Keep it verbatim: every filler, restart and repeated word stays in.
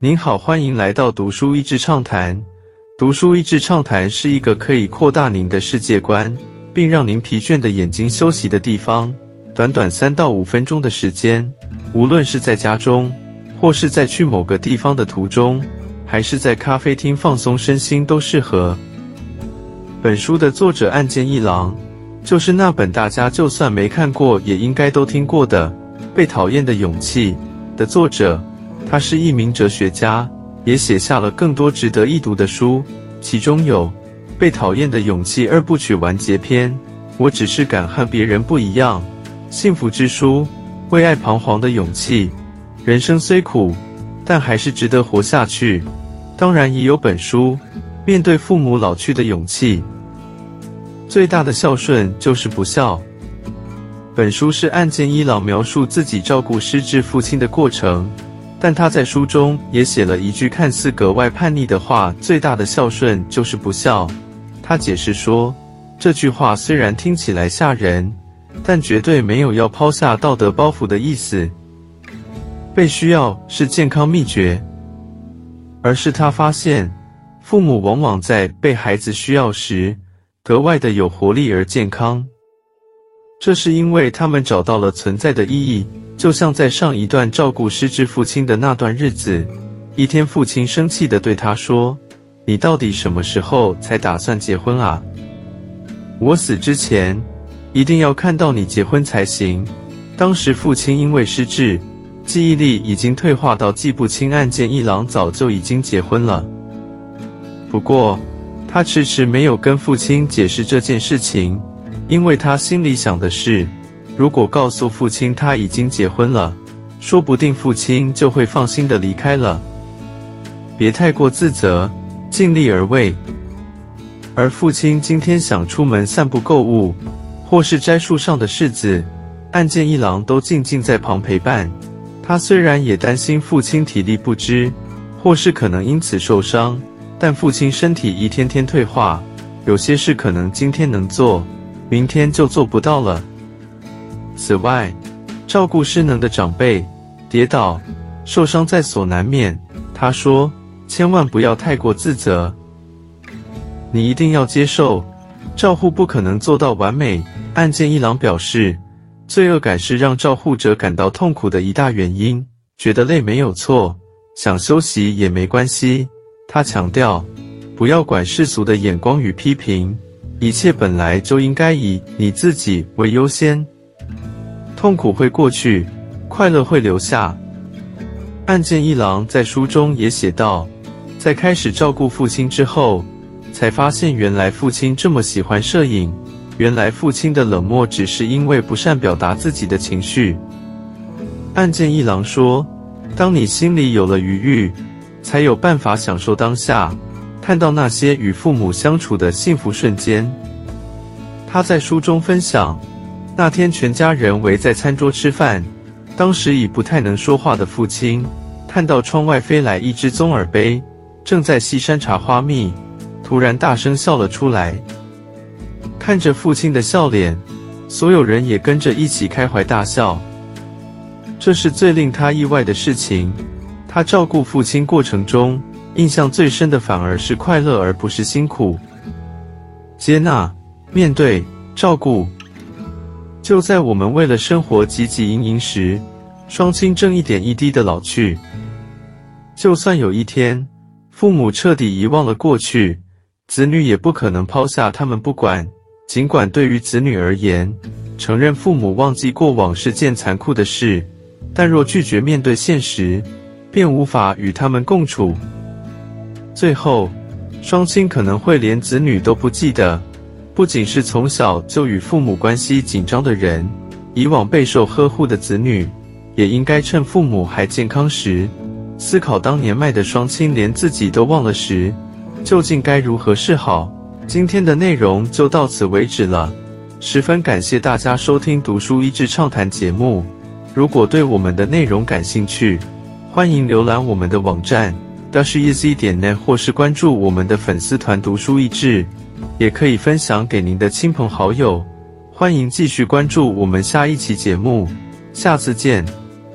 您好，欢迎来到读书益智畅谈。读书益智畅谈是一个可以扩大您的世界观，并让您疲倦的眼睛休息的地方。短短三到五分钟的时间，无论是在家中，或是在去某个地方的途中，还是在咖啡厅放松身心都适合。本书的作者岸见一郎，就是那本大家就算没看过也应该都听过的《被讨厌的勇气》的作者。他是一名哲学家，也写下了更多值得一读的书，其中有《被讨厌的勇气》二部曲完结篇，我只是敢和别人不一样，幸福之书，为爱彷徨的勇气，人生虽苦，但还是值得活下去。当然也有本书，面对父母老去的勇气。最大的孝顺就是不孝。本书是岸见一郎描述自己照顾失智父亲的过程，但他在书中也写了一句看似格外叛逆的话：最大的孝顺就是不孝。他解释说，这句话虽然听起来吓人，但绝对没有要抛下道德包袱的意思。被需要是健康秘诀，而是他发现，父母往往在被孩子需要时，格外的有活力而健康。这是因为他们找到了存在的意义。就像在上一段照顾失智父亲的那段日子，一天父亲生气地对他说：你到底什么时候才打算结婚啊？我死之前一定要看到你结婚才行。当时父亲因为失智，记忆力已经退化到记不清岸见一郎早就已经结婚了。不过他迟迟没有跟父亲解释这件事情，因为他心里想的是，如果告诉父亲他已经结婚了，说不定父亲就会放心地离开了。别太过自责，尽力而为。而父亲今天想出门散步购物，或是摘树上的柿子，岸见一郎都静静在旁陪伴。他虽然也担心父亲体力不支，或是可能因此受伤，但父亲身体一天天退化，有些事可能今天能做，明天就做不到了。此外，照顾失能的长辈，跌倒、受伤在所难免。他说，千万不要太过自责。你一定要接受，照护不可能做到完美。岸见一郎表示，罪恶感是让照护者感到痛苦的一大原因，觉得累没有错，想休息也没关系。他强调，不要管世俗的眼光与批评，一切本来就应该以你自己为优先。痛苦会过去，快乐会留下。岸见一郎在书中也写道，在开始照顾父亲之后，才发现原来父亲这么喜欢摄影，原来父亲的冷漠只是因为不善表达自己的情绪。岸见一郎说，当你心里有了余裕，才有办法享受当下，看到那些与父母相处的幸福瞬间。他在书中分享，那天全家人围在餐桌吃饭，当时已不太能说话的父亲，看到窗外飞来一只棕耳鹎，正在吸山茶花蜜，突然大声笑了出来。看着父亲的笑脸，所有人也跟着一起开怀大笑。这是最令他意外的事情。他照顾父亲过程中，印象最深的反而是快乐，而不是辛苦。接纳、面对、照顾。就在我们为了生活汲汲营营时，双亲正一点一滴地老去。就算有一天，父母彻底遗忘了过去，子女也不可能抛下他们不管。尽管对于子女而言，承认父母忘记过往是件残酷的事，但若拒绝面对现实，便无法与他们共处。最后，双亲可能会连子女都不记得。不仅是从小就与父母关系紧张的人，以往备受呵护的子女，也应该趁父母还健康时，思考当年迈的双亲连自己都忘了时，究竟该如何是好。今天的内容就到此为止了，十分感谢大家收听读书益智畅谈节目。如果对我们的内容感兴趣，欢迎浏览我们的网站 dash easy 点 net 或是关注我们的粉丝团读书益智，也可以分享给您的亲朋好友。欢迎继续关注我们下一期节目，下次见。